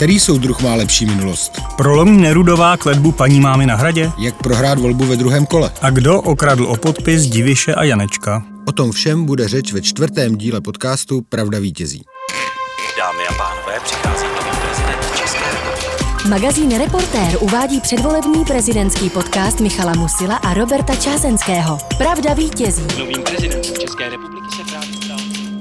Který soudruh má lepší minulost? Prolomí Nerudová kletbu paní mámy na hradě? Jak prohrát volbu ve druhém kole? A kdo okradl o podpis Diviše a Janečka? O tom všem bude řeč ve 4. díle podcastu Pravda vítězí. Dámy a pánové, přichází nový prezident České republiky. Magazín Reportér uvádí předvolební prezidentský podcast Michala Musila a Roberta Čásenského. Pravda vítězí. Novým prezidentem České republiky se právě stal.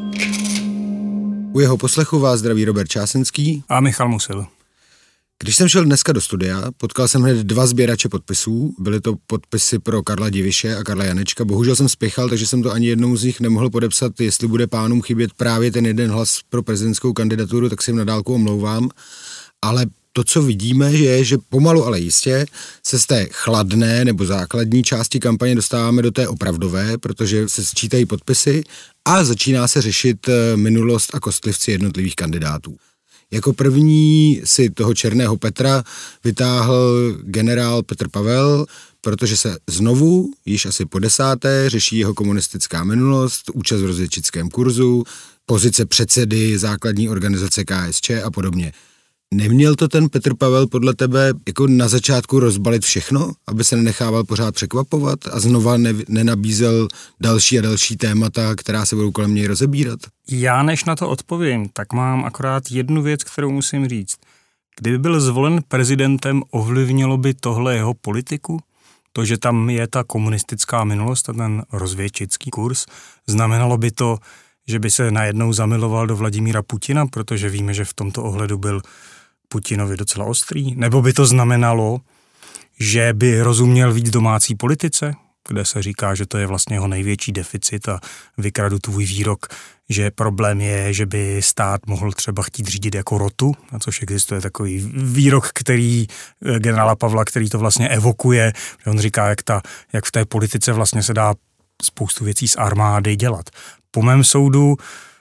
U jeho poslechu vás zdraví Robert Čásenský A Michal Musil. Když jsem šel dneska do studia, potkal jsem hned 2 sběrače podpisů. Byly to podpisy pro Karla Diviše a Karla Janečka. Bohužel jsem spěchal, takže jsem to ani jednou z nich nemohl podepsat. Jestli bude pánům chybět právě ten jeden hlas pro prezidentskou kandidaturu, tak se jim na dálku omlouvám. Ale to, co vidíme, je, že pomalu, ale jistě se z té chladné nebo základní části kampaně dostáváme do té opravdové, protože se sčítají podpisy a začíná se řešit minulost a kostlivci jednotlivých kandidátů. Jako první si toho černého Petra vytáhl generál Petr Pavel, protože se znovu, již asi po 10. řeší jeho komunistická minulost, účast v rozvědčickém kurzu, pozice předsedy základní organizace KSČ a podobně. Neměl to ten Petr Pavel podle tebe jako na začátku rozbalit všechno, aby se nenechával pořád překvapovat a znova nenabízel další a další témata, která se budou kolem něj rozebírat? Já než na to odpovím, tak mám akorát jednu věc, kterou musím říct. Kdyby byl zvolen prezidentem, ovlivnilo by tohle jeho politiku? To, že tam je ta komunistická minulost a ten rozvědčický kurz, znamenalo by to, že by se najednou zamiloval do Vladimíra Putina, protože víme, že v tomto ohledu byl Putinovi docela ostrý? Nebo by to znamenalo, že by rozuměl víc domácí politice, kde se říká, že to je vlastně jeho největší deficit a vykradu tvůj výrok, že problém je, že by stát mohl třeba chtít řídit jako rotu, na což existuje takový výrok, který generála Pavla, který to vlastně evokuje, že on říká, jak v té politice vlastně se dá spoustu věcí z armády dělat. Po mém soudu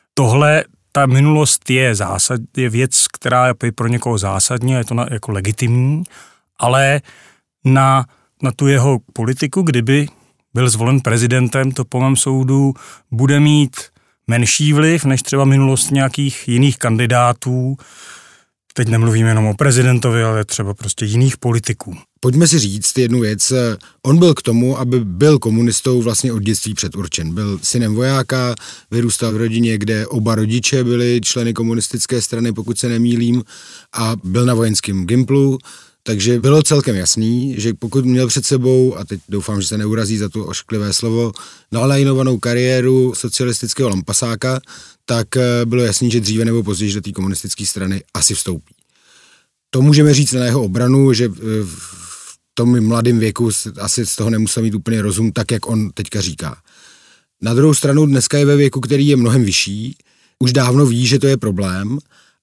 ta minulost je věc, která je pro někoho zásadní, je to jako legitimní, ale na tu jeho politiku, kdyby byl zvolen prezidentem, to po mém soudu bude mít menší vliv než třeba minulost nějakých jiných kandidátů. Teď nemluvím jenom o prezidentovi, ale třeba prostě jiných politiků. Pojďme si říct jednu věc. On byl k tomu, aby byl komunistou vlastně od dětství předurčen. Byl synem vojáka, vyrůstal v rodině, kde oba rodiče byli členy komunistické strany, pokud se nemýlím, a byl na vojenském gymplu, takže bylo celkem jasný, že pokud měl před sebou, a teď doufám, že se neurazí za to ošklivé slovo, nalajnovanou kariéru socialistického lampasáka, tak bylo jasný, že dříve nebo později do té komunistické strany asi vstoupí. To můžeme říct na jeho obranu, že v tom mladém věku asi z toho nemusel mít úplně rozum, tak jak on teďka říká. Na druhou stranu dneska je ve věku, který je mnohem vyšší, už dávno ví, že to je problém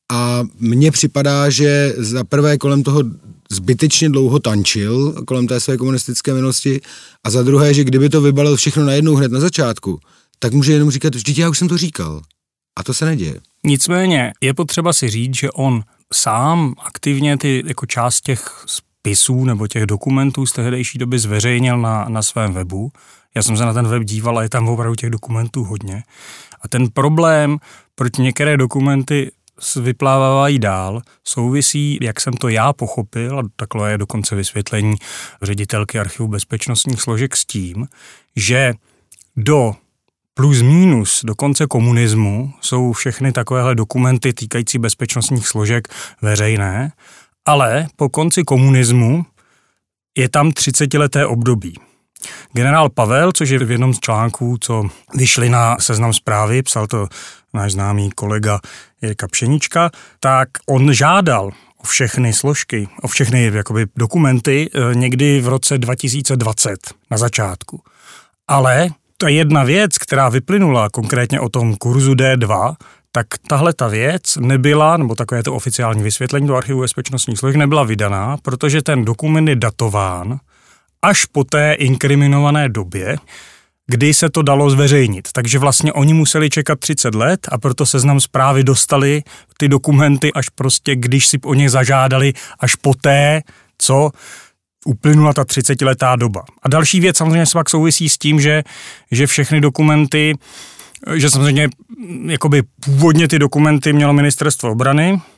a mně připadá, že za prvé kolem toho zbytečně dlouho tančil, kolem té své komunistické minulosti, a za druhé, že kdyby to vybalil všechno najednou hned na začátku, tak může jenom říkat, vždyť já už jsem to říkal. A to se neděje. Nicméně je potřeba si říct, že on sám aktivně ty jako část těch spisů nebo těch dokumentů z tehdejší doby zveřejnil na svém webu. Já jsem se na ten web díval a je tam opravdu těch dokumentů hodně. A ten problém, proč některé dokumenty vyplávají dál, souvisí, jak jsem to já pochopil, a takhle je dokonce vysvětlení ředitelky archivu bezpečnostních složek s tím, že do plus minus do konce komunismu jsou všechny takovéhle dokumenty týkající bezpečnostních složek veřejné, ale po konci komunismu je tam 30leté období. Generál Pavel, což je v jednom z článků, co vyšli na Seznam Zprávy, psal to náš známý kolega Jirka Pšenička, tak on žádal o všechny složky, o všechny jakoby dokumenty někdy v roce 2020 na začátku. Ale ta jedna věc, která vyplynula konkrétně o tom kurzu D2, tak tahle ta věc nebyla, nebo takové to oficiální vysvětlení do archivu bezpečnostních složek nebyla vydaná, protože ten dokument je datován až po té inkriminované době, kdy se to dalo zveřejnit. Takže vlastně oni museli čekat 30 let a proto Seznam Zprávy dostali ty dokumenty až prostě, když si o ně zažádali, až poté, co uplynula ta 30letá doba. A další věc samozřejmě se pak souvisí s tím, že všechny dokumenty, že samozřejmě jakoby původně ty dokumenty mělo ministerstvo obrany,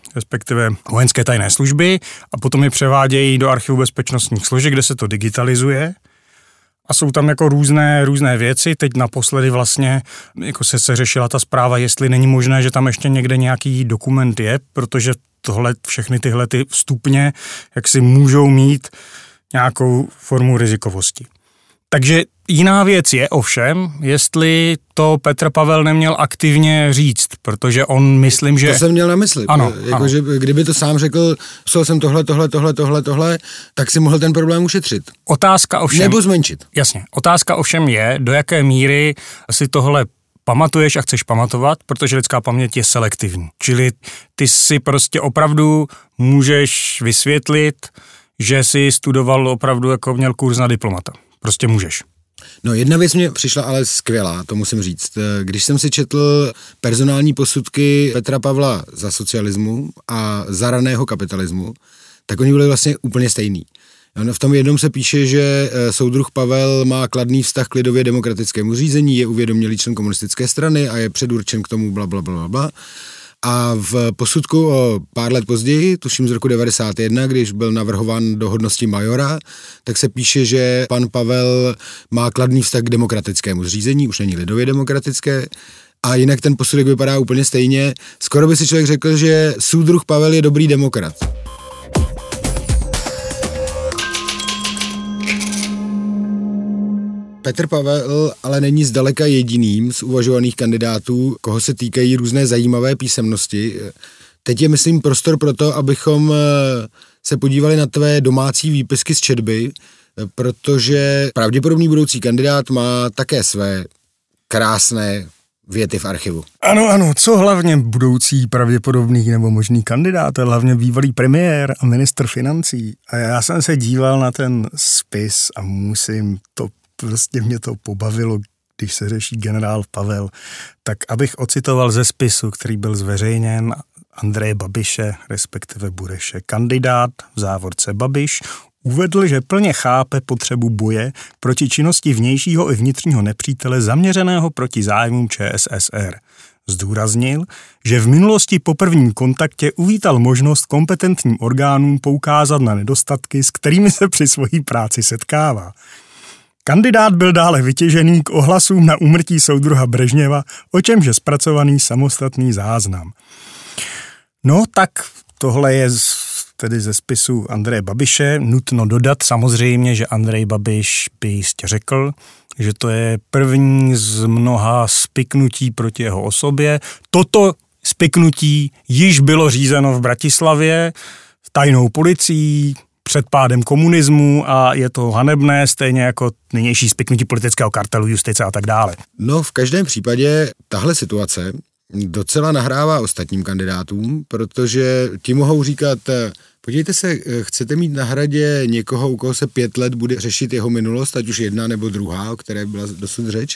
respektive vojenské tajné služby, a potom je převádějí do archivu bezpečnostních složek, kde se to digitalizuje. A jsou tam jako různé věci. Teď naposledy vlastně jako se řešila ta zpráva, jestli není možné, že tam ještě někde nějaký dokument je, protože všechny tyhle ty stupně jak si můžou mít nějakou formu rizikovosti. Takže jiná věc je ovšem, jestli to Petr Pavel neměl aktivně říct, protože on myslím, že... To jsem měl na mysli. Ano, jako, že kdyby to sám řekl, psal jsem tohle, tak si mohl ten problém ušetřit. Otázka ovšem... Nebo zmenšit. Jasně. Otázka ovšem je, do jaké míry si tohle pamatuješ a chceš pamatovat, protože lidská paměť je selektivní. Čili ty si prostě opravdu můžeš vysvětlit, že jsi studoval opravdu, jako měl kurz na diplomata. Prostě můžeš. No, jedna věc mě přišla ale skvělá, to musím říct. Když jsem si četl personální posudky Petra Pavla za socialismu a za raného kapitalismu, tak oni byli vlastně úplně stejný. V tom jednom se píše, že soudruh Pavel má kladný vztah k lidově demokratickému řízení, je uvědomělý člen komunistické strany a je předurčen k tomu blablabla. A v posudku o pár let později, tuším z roku 1991, když byl navrhován do hodnosti majora, tak se píše, že pan Pavel má kladný vztah k demokratickému zřízení, už není lidově demokratické, a jinak ten posudek vypadá úplně stejně. Skoro by si člověk řekl, že soudruh Pavel je dobrý demokrat. Petr Pavel ale není zdaleka jediným z uvažovaných kandidátů, koho se týkají různé zajímavé písemnosti. Teď je, myslím, prostor pro to, abychom se podívali na tvé domácí výpisky z četby, protože pravděpodobný budoucí kandidát má také své krásné věty v archivu. Ano, co hlavně budoucí pravděpodobný nebo možný kandidát, hlavně bývalý premiér a ministr financí. A já jsem se díval na ten spis a prostě mě to pobavilo, když se řeší generál Pavel, tak abych ocitoval ze spisu, který byl zveřejněn Andreje Babiše, respektive Bureše. Kandidát v závorce Babiš uvedl, že plně chápe potřebu boje proti činnosti vnějšího i vnitřního nepřítele zaměřeného proti zájmům ČSSR. Zdůraznil, že v minulosti po prvním kontaktě uvítal možnost kompetentním orgánům poukázat na nedostatky, s kterými se při svojí práci setkává. Kandidát byl dále vytěžený k ohlasům na úmrtí soudruha Brežněva, o čemž je zpracovaný samostatný záznam. No tak tohle je tedy ze spisu Andreje Babiše. Nutno dodat samozřejmě, že Andrej Babiš by jistě řekl, že to je první z mnoha spiknutí proti jeho osobě. Toto spiknutí již bylo řízeno v Bratislavě tajnou policií, před pádem komunismu a je to hanebné, stejně jako nynější spiknutí politického kartelu, justice a tak dále. No, v každém případě tahle situace docela nahrává ostatním kandidátům, protože ti mohou říkat, podívejte se, chcete mít na Hradě někoho, u koho se 5 let bude řešit jeho minulost, ať už jedna nebo druhá, o které byla dosud řeč,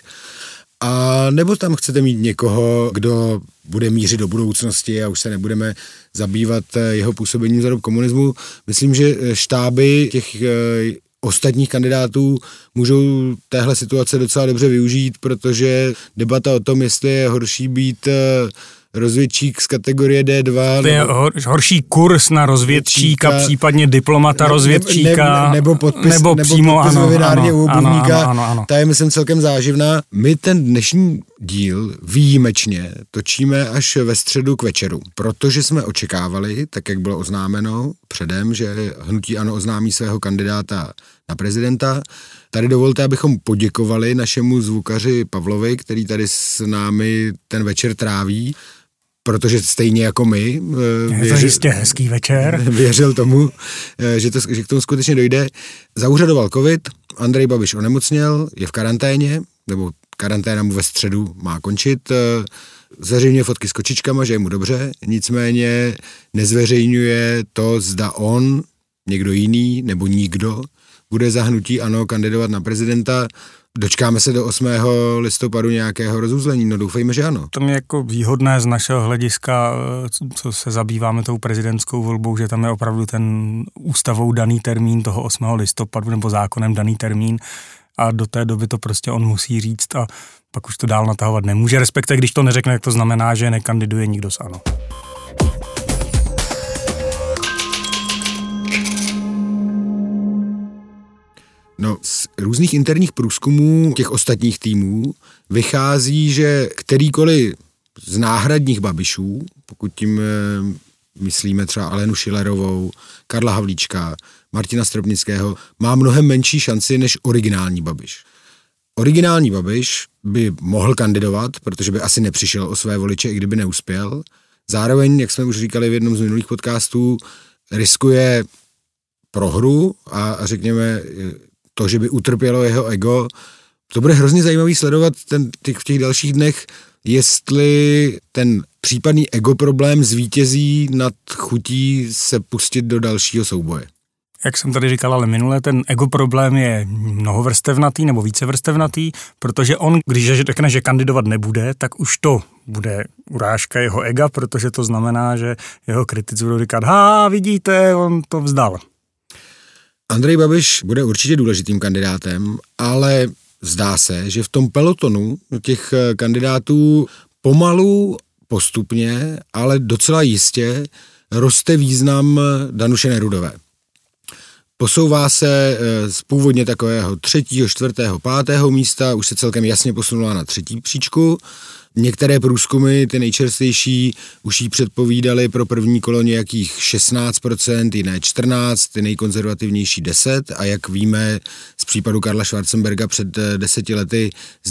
a nebo tam chcete mít někoho, kdo bude mířit do budoucnosti a už se nebudeme zabývat jeho působením za dob komunismu. Myslím, že štáby těch ostatních kandidátů můžou téhle situace docela dobře využít, protože debata o tom, jestli je horší být rozvědčík z kategorie D2. To je horší kurz na rozvědčíka, případně diplomata rozvědčíka. Nebo podpis novinárně u obuvníka. Ta je, myslím, celkem záživná. My ten dnešní díl výjimečně točíme až ve středu k večeru, protože jsme očekávali, tak jak bylo oznámeno předem, že hnutí ANO oznámí svého kandidáta na prezidenta. Tady dovolte, abychom poděkovali našemu zvukaři Pavlovi, který tady s námi ten večer tráví, protože stejně jako my jistě hezký večer. Věřil tomu, že k tomu skutečně dojde. Zaúřadoval covid, Andrej Babiš onemocněl, je v karanténě, nebo karanténa mu ve středu má končit, zveřejňuje fotky s kočičkama, že je mu dobře, nicméně nezveřejňuje to, zda on, někdo jiný nebo nikdo bude za hnutí ANO kandidovat na prezidenta. Dočkáme se do 8. listopadu nějakého rozuzlení, no doufejme, že ano. To je jako výhodné z našeho hlediska, co se zabýváme tou prezidentskou volbou, že tam je opravdu ten ústavou daný termín toho 8. listopadu nebo zákonem daný termín a do té doby to prostě on musí říct a pak už to dál natahovat nemůže, respektive když to neřekne, tak to znamená, že nekandiduje nikdo z ANO. No, z různých interních průzkumů těch ostatních týmů vychází, že kterýkoliv z náhradních Babišů, pokud tím myslíme třeba Alenu Schillerovou, Karla Havlíčka, Martina Stropnického, má mnohem menší šanci než originální Babiš. Originální Babiš by mohl kandidovat, protože by asi nepřišel o své voliče, i kdyby neuspěl. Zároveň, jak jsme už říkali v jednom z minulých podcastů, riskuje prohru a řekněme to, že by utrpělo jeho ego. To bude hrozně zajímavý sledovat v těch dalších dnech, jestli ten případný ego problém zvítězí nad chutí se pustit do dalšího souboje. Jak jsem tady říkal, ale minule ten ego problém je mnohovrstevnatý nebo vícevrstevnatý, protože on, když řekne, že kandidovat nebude, tak už to bude urážka jeho ega, protože to znamená, že jeho kritici budou říkat, vidíte, on to vzdal. Andrej Babiš bude určitě důležitým kandidátem, ale zdá se, že v tom pelotonu těch kandidátů pomalu, postupně, ale docela jistě roste význam Danuše Nerudové. Posouvá se z původně takového 3., 4., 5. místa, už se celkem jasně posunula na 3. příčku. Některé průzkumy, ty nejčerstvější, už jí předpovídaly pro první kolo nějakých 16%, jiné 14%, ty nejkonzervativnější 10%. A jak víme z případu Karla Schwarzenberga před 10 lety, z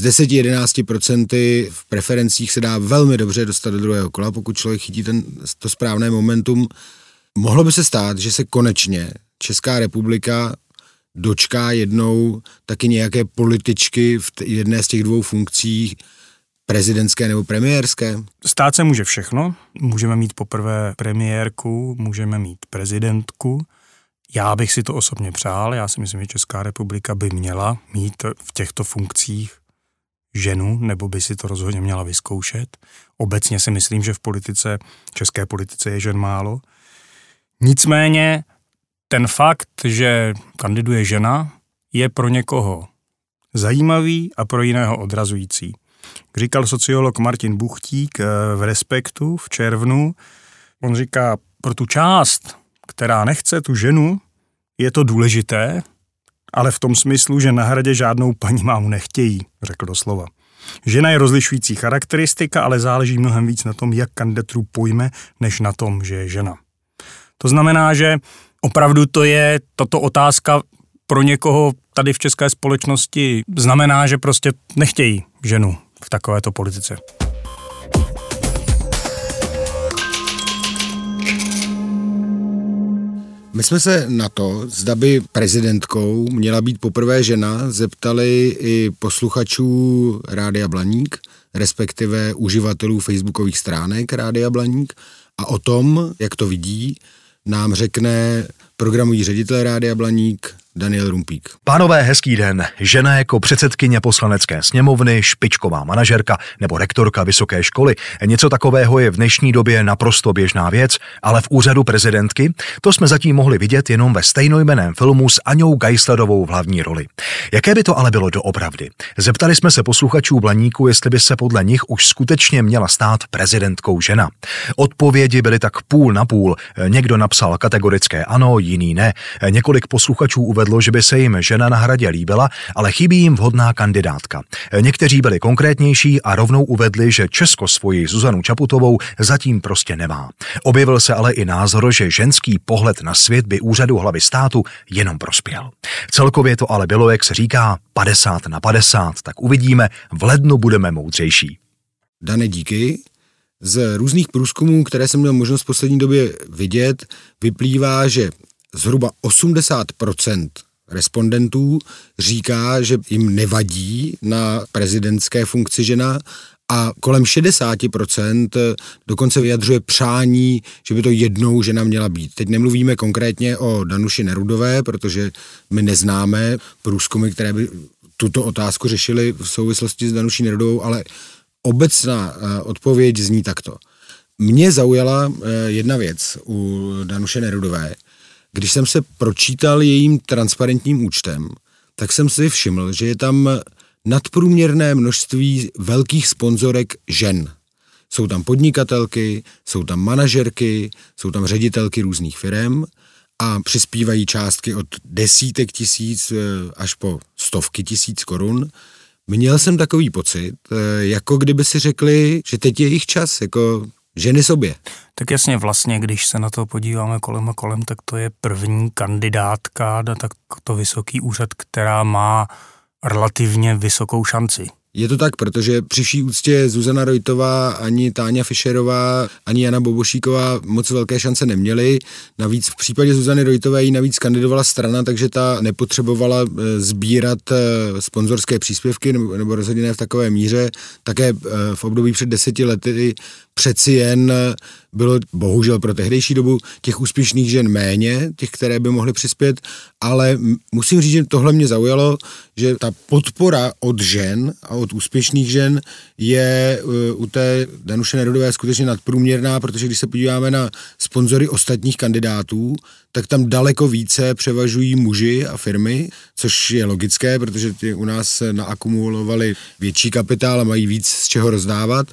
10-11% v preferencích se dá velmi dobře dostat do druhého kola, pokud člověk chytí to správné momentum. Mohlo by se stát, že se konečně Česká republika dočká jednou taky nějaké političky v jedné z těch dvou funkcí, prezidentské nebo premiérské? Stát se může všechno. Můžeme mít poprvé premiérku, můžeme mít prezidentku. Já bych si to osobně přál. Já si myslím, že Česká republika by měla mít v těchto funkcích ženu, nebo by si to rozhodně měla vyzkoušet. Obecně si myslím, že v české politice je žen málo. Nicméně ten fakt, že kandiduje žena, je pro někoho zajímavý a pro jiného odrazující. Jak říkal sociolog Martin Buchtík v Respektu v červnu, on říká, pro tu část, která nechce tu ženu, je to důležité, ale v tom smyslu, že na Hradě žádnou paní mámu nechtějí, řekl doslova. Žena je rozlišující charakteristika, ale záleží mnohem víc na tom, jak kandidaturu pojme, než na tom, že je žena. To znamená, že opravdu to je tato otázka pro někoho tady v české společnosti znamená, že prostě nechtějí ženu v takovéto politice. My jsme se na to, zda by prezidentkou měla být poprvé žena, zeptali i posluchačů Rádia Blaník, respektive uživatelů facebookových stránek Rádia Blaník, a o tom, jak to vidí, nám řekne programový ředitel Rádia Blaník Daniel Rumpík. Pánové, hezký den. Žena jako předsedkyně Poslanecké sněmovny, špičková manažerka nebo rektorka vysoké školy. Něco takového je v dnešní době naprosto běžná věc, ale v úřadu prezidentky to jsme zatím mohli vidět jenom ve stejnojmenném filmu s Aňou Geislerovou v hlavní roli. Jaké by to ale bylo doopravdy? Zeptali jsme se posluchačů Blaníku, jestli by se podle nich už skutečně měla stát prezidentkou žena. Odpovědi byly tak půl na půl. Někdo napsal kategorické ano, jiný ne. Několik posluchačů uvedlo, že by se jim žena na Hradě líbila, ale chybí jim vhodná kandidátka. Někteří byli konkrétnější a rovnou uvedli, že Česko svoji Zuzanu Čaputovou zatím prostě nemá. Objevil se ale i názor, že ženský pohled na svět by úřadu hlavy státu jenom prospěl. Celkově to ale bylo, jak se říká, 50/50, tak uvidíme, v lednu budeme moudřejší. Dane, díky. Z různých průzkumů, které jsem měl možnost v poslední době vidět, vyplývá, že zhruba 80% respondentů říká, že jim nevadí na prezidentské funkci žena a kolem 60% dokonce vyjadřuje přání, že by to jednou žena měla být. Teď nemluvíme konkrétně o Danuši Nerudové, protože my neznáme průzkumy, které by tuto otázku řešily v souvislosti s Danuší Nerudovou, ale obecná odpověď zní takto. Mě zaujala jedna věc u Danuše Nerudové. Když jsem se pročítal jejím transparentním účtem, tak jsem si všiml, že je tam nadprůměrné množství velkých sponzorek žen. Jsou tam podnikatelky, jsou tam manažerky, jsou tam ředitelky různých firem a přispívají částky od desítek tisíc až po stovky tisíc korun. Měl jsem takový pocit, jako kdyby si řekli, že teď je jejich čas, jako ženy sobě. Tak jasně, vlastně, když se na to podíváme kolem a kolem, tak to je první kandidátka na takto vysoký úřad, která má relativně vysokou šanci. Je to tak, protože při vší úctě Zuzana Rojtová, ani Táňa Fischerová, ani Jana Bobošíková moc velké šance neměly. Navíc v případě Zuzany Rojtové jí navíc kandidovala strana, takže ta nepotřebovala sbírat sponzorské příspěvky, nebo rozhodně ne v takové míře. Také v období před 10 lety přeci jen bylo bohužel pro tehdejší dobu těch úspěšných žen méně, těch, které by mohly přispět, ale musím říct, že tohle mě zaujalo, že ta podpora od žen a od úspěšných žen je u té Danuše Nerudové skutečně nadprůměrná, protože když se podíváme na sponzory ostatních kandidátů, tak tam daleko více převažují muži a firmy, což je logické, protože ty u nás naakumulovali větší kapitál a mají víc z čeho rozdávat.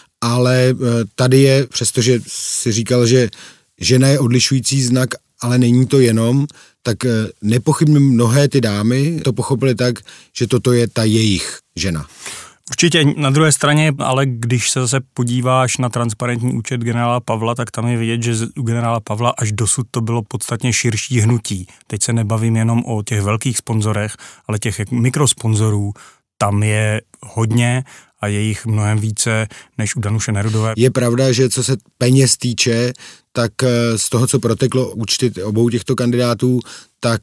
Ale tady je, přestože si říkal, že žena je odlišující znak, ale není to jenom, tak nepochybně mnohé ty dámy to pochopily tak, že toto je ta jejich žena. Určitě na druhé straně, ale když se zase podíváš na transparentní účet generála Pavla, tak tam je vidět, že u generála Pavla až dosud to bylo podstatně širší hnutí. Teď se nebavím jenom o těch velkých sponzorech, ale těch mikrosponzorů tam je hodně a je jich mnohem více než u Danuše Nerudové. Je pravda, že co se peněz týče, tak z toho, co proteklo účty obou těchto kandidátů, tak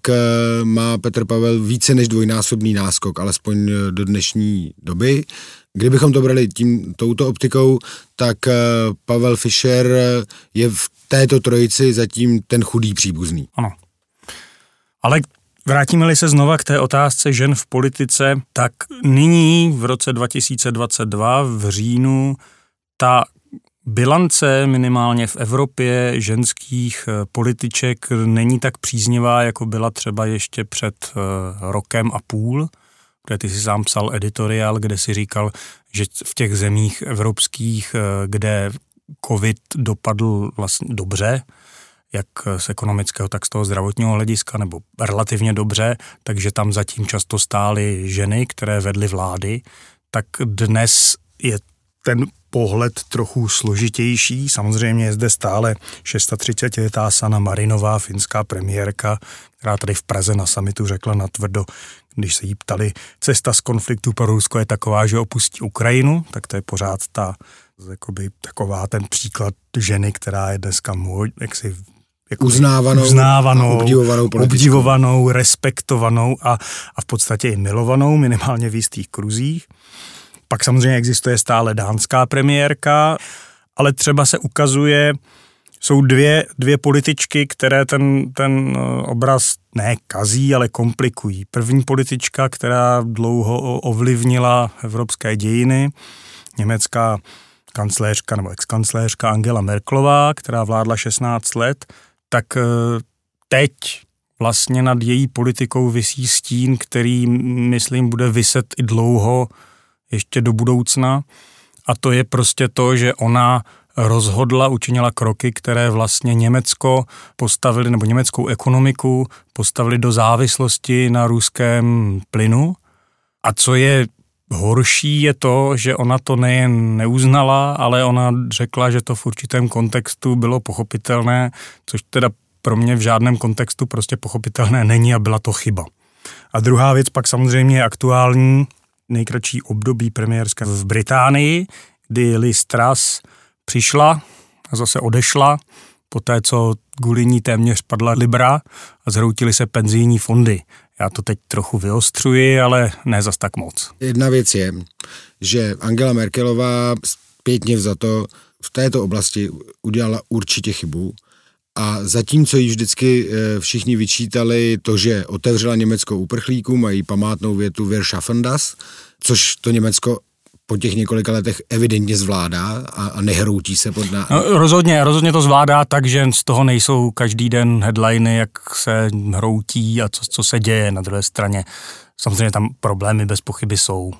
má Petr Pavel více než dvojnásobný náskok, alespoň do dnešní doby. Kdybychom to brali touto optikou, tak Pavel Fischer je v této trojici zatím ten chudý příbuzný. Ano. Ale vrátíme-li se znova k té otázce žen v politice, tak nyní v roce 2022 v říjnu ta bilance minimálně v Evropě ženských političek není tak příznivá, jako byla třeba ještě před rokem a půl, protože ty si sám psal editoriál, kde si říkal, že v těch zemích evropských, kde covid dopadl vlastně dobře, jak z ekonomického, tak z toho zdravotního hlediska, nebo relativně dobře, takže tam zatím často stály ženy, které vedly vlády, tak dnes je ten pohled trochu složitější. Samozřejmě je zde stále 36letá Sanna Marinová, finská premiérka, která tady v Praze na summitu řekla natvrdo, když se jí ptali, cesta z konfliktu pro Rusko je taková, že opustí Ukrajinu, tak to je pořád taková ten příklad ženy, která je dneska jaksi uznávanou, obdivovanou, respektovanou a v podstatě i milovanou, minimálně v jistých kruzích. Pak samozřejmě existuje stále dánská premiérka, ale třeba se ukazuje, jsou dvě političky, které ten obraz ne kazí, ale komplikují. První politička, která dlouho ovlivnila evropské dějiny, německá kancléřka nebo exkancléřka Angela Merkelová, která vládla 16 let, tak teď vlastně nad její politikou visí stín, který, myslím, bude viset i dlouho ještě do budoucna. A to je prostě to, že ona učinila kroky, které vlastně Německo postavili, nebo německou ekonomiku postavili do závislosti na ruském plynu. A co je horší, je to, že ona to nejen neuznala, ale ona řekla, že to v určitém kontextu bylo pochopitelné, což teda pro mě v žádném kontextu prostě pochopitelné není a byla to chyba. A druhá věc pak samozřejmě je aktuální, nejkratší období premiérské v Británii, kdy Liz Truss přišla a zase odešla, poté co kvůli ní téměř padla libra a zhroutily se penzijní fondy. Já to teď trochu vyostřuji, ale ne zas tak moc. Jedna věc je, že Angela Merkelová zpětně vzato v této oblasti udělala určitě chybu a zatímco jí vždycky všichni vyčítali to, že otevřela Německo uprchlíkům, mají památnou větu Wir schaffen das, což to Německo po těch několika letech evidentně zvládá a nehroutí se pod námi. No, rozhodně to zvládá tak, že z toho nejsou každý den headliny, jak se hroutí a co se děje na druhé straně. Samozřejmě tam problémy bez pochyby jsou.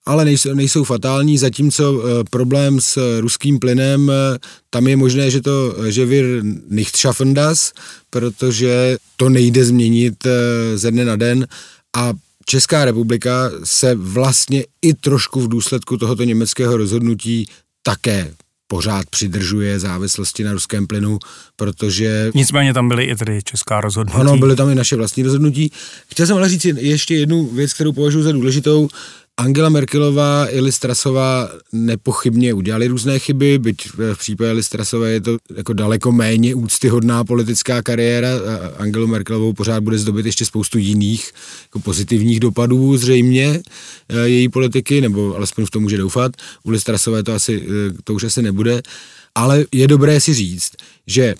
ale nejsou fatální, zatímco problém s ruským plynem, tam je možné, že wir nicht schaffen das, protože to nejde změnit ze dne na den a Česká republika se vlastně i trošku v důsledku tohoto německého rozhodnutí také pořád přidržuje závislosti na ruském plynu, protože... Nicméně tam byly i tedy česká rozhodnutí. Ano, byly tam i naše vlastní rozhodnutí. Chtěl jsem ale říct ještě jednu věc, kterou považuji za důležitou. Angela Merkelová i Liz Trussová nepochybně udělali různé chyby, byť v případě Liz Trussové je to jako daleko méně úctyhodná politická kariéra. Angelu Merkelovou pořád bude zdobit ještě spoustu jiných jako pozitivních dopadů zřejmě její politiky, nebo alespoň v tom může doufat. U Liz Trussové to už asi nebude. Ale je dobré si říct, že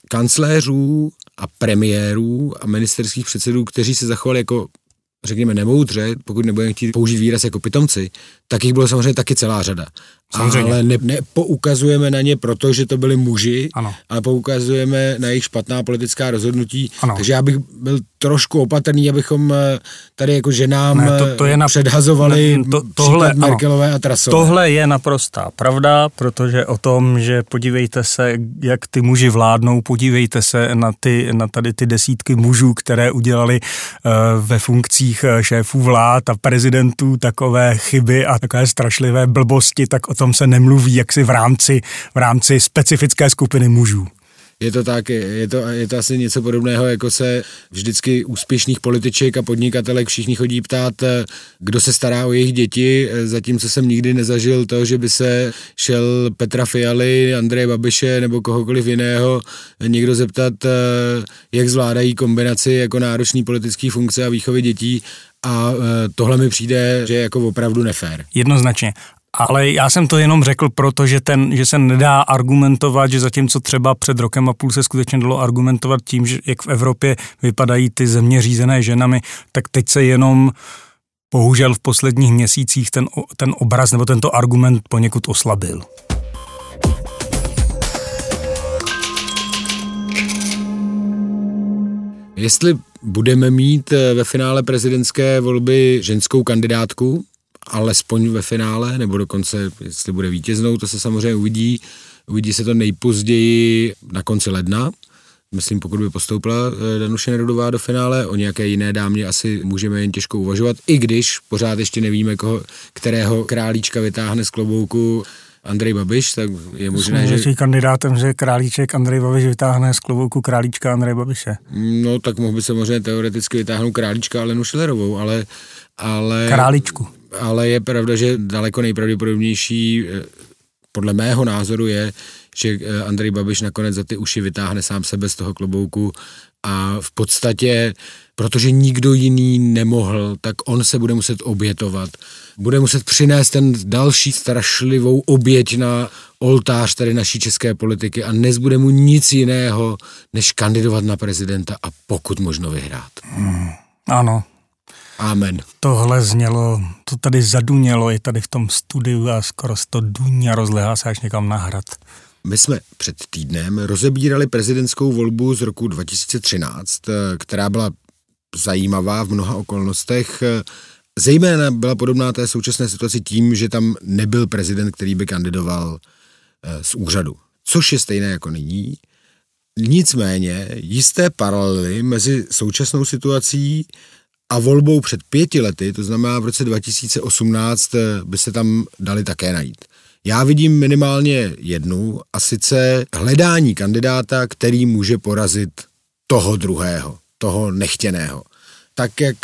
kancléřů a premiérů a ministerských předsedů, kteří se zachovali jako řekněme nemoudře, pokud nebudeme chtít použít výraz jako pitomci, tak jich bylo samozřejmě taky celá řada. Samozřejmě. Ale nepoukazujeme na ně proto, že to byli muži, ano. Ale poukazujeme na jejich špatná politická rozhodnutí. Ano. Takže já bych byl trošku opatrný, abychom tady jako ženám předhazovali příklad Merkelové a Trussové. Tohle je naprostá pravda, protože o tom, že podívejte se, jak ty muži vládnou, podívejte se na tady ty desítky mužů, které udělali ve funkcích šéfů vlád a prezidentů takové chyby a takové strašlivé blbosti, tak o tom se nemluví jaksi v rámci specifické skupiny mužů. Je to tak, je to asi něco podobného, jako se vždycky úspěšných političek a podnikatelek všichni chodí ptát, kdo se stará o jejich děti, zatímco jsem nikdy nezažil to, že by se šel Petra Fialy, Andreje Babiše nebo kohokoliv jiného někdo zeptat, jak zvládají kombinaci jako náročný politický funkce a výchovy dětí a tohle mi přijde, že je jako opravdu nefér. Jednoznačně. Ale já jsem to jenom řekl proto, že se nedá argumentovat, že zatímco třeba před rokem a půl se skutečně dalo argumentovat tím, že jak v Evropě vypadají ty země řízené ženami, tak teď se jenom bohužel v posledních měsících ten obraz nebo tento argument poněkud oslabil. Jestli budeme mít ve finále prezidentské volby ženskou kandidátku, alespoň ve finále, nebo dokonce, jestli bude vítěznou, to se samozřejmě uvidí. Uvidí se to nejpozději na konci ledna. Myslím, pokud by postoupila Danuše Nerudová do finále, o nějaké jiné dámě asi můžeme jen těžko uvažovat, i když pořád ještě nevíme, kterého králíčka vytáhne z klobouku Andrej Babiš, tak je možné, že... kandidátem, že králíček Andrej Babiš vytáhne z klobouku králíčka Andreje Babiše. No, tak mohl by samozřejmě teoreticky vytáhnout králíčka Alenu Schillerovou, ale... Králičku. Ale je pravda, že daleko nejpravděpodobnější podle mého názoru je, že Andrej Babiš nakonec za ty uši vytáhne sám sebe z toho klobouku a v podstatě, protože nikdo jiný nemohl, tak on se bude muset obětovat. Bude muset přinést ten další strašlivou oběť na oltář tady naší české politiky a nezbude mu nic jiného, než kandidovat na prezidenta a pokud možno vyhrát. Ano. Amen. Tohle znělo, to tady zadunělo i tady v tom studiu a skoro to duní a rozlehá se až někam na hrad. My jsme před týdnem rozebírali prezidentskou volbu z roku 2013, která byla zajímavá v mnoha okolnostech. Zejména byla podobná té současné situaci tím, že tam nebyl prezident, který by kandidoval z úřadu, což je stejné jako nyní. Nicméně jisté paralely mezi současnou situací a volbou před 5 lety, to znamená v roce 2018, by se tam dali také najít. Já vidím minimálně jednu, a sice hledání kandidáta, který může porazit toho druhého, toho nechtěného. Tak, jak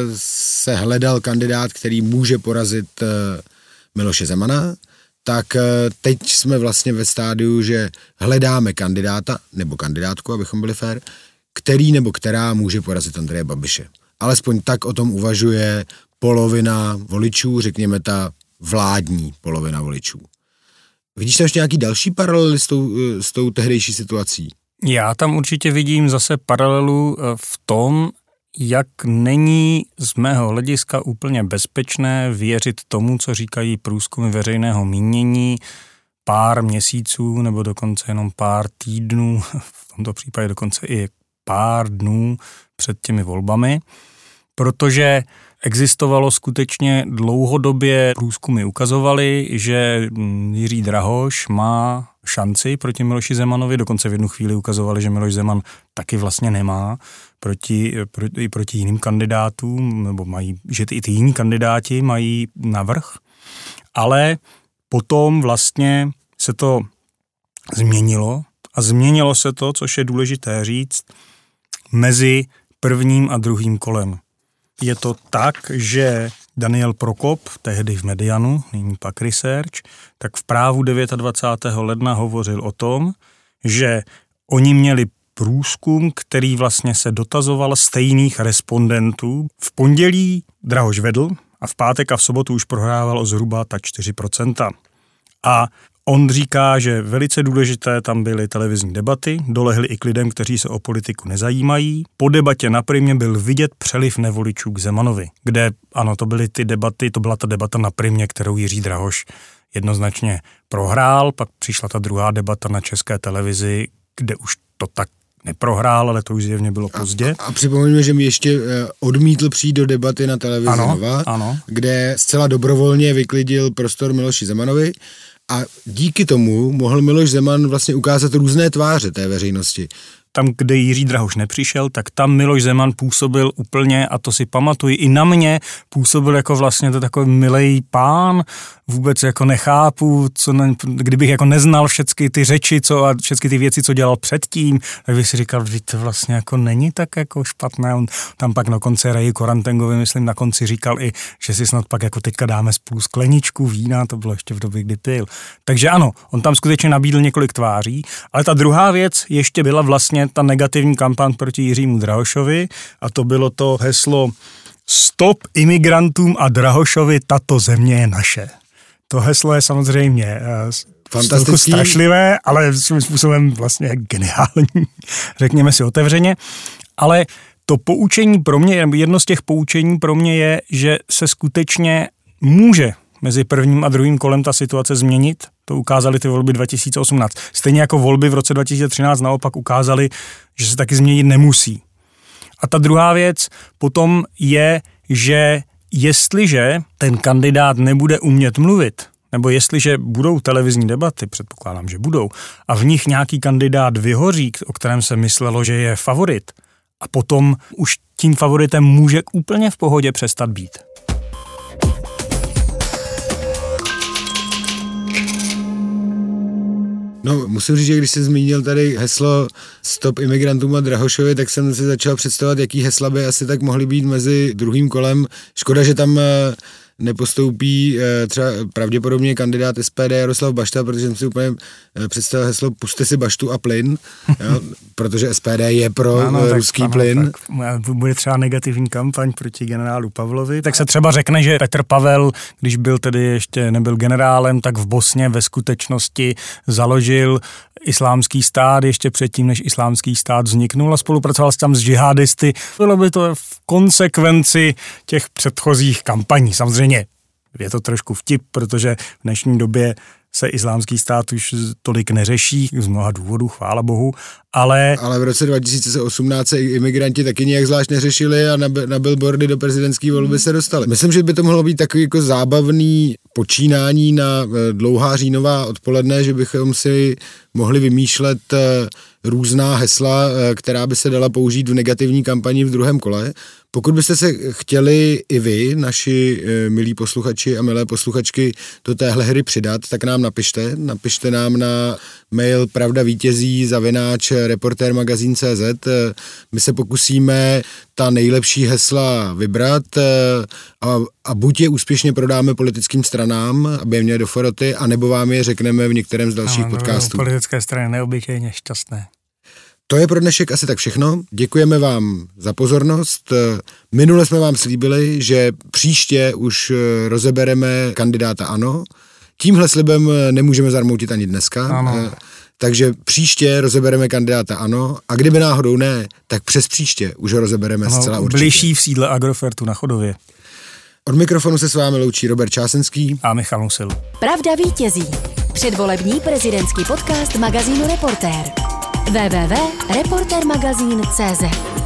se hledal kandidát, který může porazit Miloše Zemana, tak teď jsme vlastně ve stádiu, že hledáme kandidáta, nebo kandidátku, abychom byli fér, který nebo která může porazit Andreje Babiše. Alespoň tak o tom uvažuje polovina voličů, řekněme ta vládní polovina voličů. Vidíš tam ještě nějaký další paralely s tou tehdejší situací? Já tam určitě vidím zase paralelu v tom, jak není z mého hlediska úplně bezpečné věřit tomu, co říkají průzkumy veřejného mínění pár měsíců nebo dokonce jenom pár týdnů, v tomto případě dokonce i pár dnů před těmi volbami, protože existovalo skutečně dlouhodobě, průzkumy ukazovaly, že Jiří Drahoš má šanci proti Miloši Zemanovi, dokonce v jednu chvíli ukazovali, že Miloš Zeman taky vlastně nemá proti jiným kandidátům, nebo že i ty jiní kandidáti mají navrch, ale potom vlastně se to změnilo a změnilo se to, což je důležité říct, mezi prvním a druhým kolem. Je to tak, že Daniel Prokop, tehdy v Medianu, nyní pak Research, tak v Právu 29. ledna hovořil o tom, že oni měli průzkum, který vlastně se dotazoval stejných respondentů. V pondělí Drahoš vedl a v pátek a v sobotu už prohrával o zhruba tak 4%. A on říká, že velice důležité tam byly televizní debaty, dolehly i k lidem, kteří se o politiku nezajímají. Po debatě na Primě byl vidět přeliv nevoličů k Zemanovi, kde, ano, to byly ty debaty, to byla ta debata na Primě, kterou Jiří Drahoš jednoznačně prohrál, pak přišla ta druhá debata na České televizi, kde už to tak neprohrál, ale to už zjevně bylo pozdě. A připomeňme, že mi ještě odmítl přijít do debaty na televizi Nova, kde zcela dobrovolně vyklidil prostor Miloši Zemanovi a díky tomu mohl Miloš Zeman vlastně ukázat různé tváře té veřejnosti. Tam, kde Jiří Drahoš nepřišel, tak tam Miloš Zeman působil úplně, a to si pamatuji, i na mě působil jako vlastně to takový milej pán, vůbec jako nechápu, kdybych jako neznal všechny ty řeči a všechny ty věci, co dělal předtím, tak bych si říkal, že to vlastně jako není tak jako špatné. On tam pak na konci Raji Korantengovi, myslím, na konci říkal i, že si snad pak jako teďka dáme spolu skleničku vína, to bylo ještě v době, kdy pil. Takže ano, on tam skutečně nabídl několik tváří, ale ta druhá věc ještě byla vlastně ta negativní kampaň proti Jiřímu Drahošovi a to bylo to heslo Stop imigrantům a Drahošovi, tato země je naše. To heslo je samozřejmě fantastický, strašlivé, ale svým způsobem vlastně geniální, řekněme si otevřeně. Ale to poučení pro mě, jedno z těch poučení pro mě je, že se skutečně může mezi prvním a druhým kolem ta situace změnit. To ukázaly ty volby 2018. Stejně jako volby v roce 2013 naopak ukázaly, že se taky změnit nemusí. A ta druhá věc potom je, že jestliže ten kandidát nebude umět mluvit, nebo jestliže budou televizní debaty, předpokládám, že budou, a v nich nějaký kandidát vyhoří, o kterém se myslelo, že je favorit, a potom už tím favoritem může úplně v pohodě přestat být. No, musím říct, že když jsi zmínil tady heslo Stop imigrantům a Drahošovi, tak jsem si začal představovat, jaký hesla by asi tak mohly být mezi druhým kolem. Škoda, že tam nepostoupí třeba pravděpodobně kandidát SPD Jaroslav Bašta, protože jsem si úplně představil heslo Pusťte si baštu a plyn, jo, protože SPD je pro ruský plyn. Tak bude třeba negativní kampaň proti generálu Pavlovi. Tak se třeba řekne, že Petr Pavel, když byl tedy ještě nebyl generálem, tak v Bosně ve skutečnosti založil islámský stát ještě předtím, než islámský stát vzniknul a spolupracoval tam s džihadisty. Bylo by to v konsekvenci těch předchozích kampaní. Samozřejmě je to trošku vtip, protože v dnešní době se islámský stát už tolik neřeší, z mnoha důvodů, chvála bohu, ale v roce 2018 se imigranti taky nějak zvlášť neřešili a na billboardy do prezidentské volby se dostali. Myslím, že by to mohlo být takový jako zábavný počínání na dlouhá říjnová odpoledne, že bychom si mohli vymýšlet různá hesla, která by se dala použít v negativní kampani v druhém kole. Pokud byste se chtěli i vy, naši milí posluchači a milé posluchačky, do téhle hry přidat, tak nám napište. Napište nám na mail pravdavítězí@reportermagazin.cz. My se pokusíme ta nejlepší hesla vybrat a buď je úspěšně prodáme politickým stranám, aby je měli do foroty, anebo vám je řekneme v některém z dalších podcastů. Politické strany neobyčejně šťastné. To je pro dnešek asi tak všechno. Děkujeme vám za pozornost. Minule jsme vám slíbili, že příště už rozebereme kandidáta ANO. Tímhle slibem nemůžeme zarmoutit ani dneska. Ano. Takže příště rozebereme kandidáta ANO a kdyby náhodou ne, tak přes příště už ho rozebereme zcela určitě. Bližší v sídle Agrofertu na Chodově. Od mikrofonu se s vámi loučí Robert Čásenský a Michal Musil. Pravda vítězí. Předvolební prezidentský podcast magazínu Reportér. www.reportermagazin.cz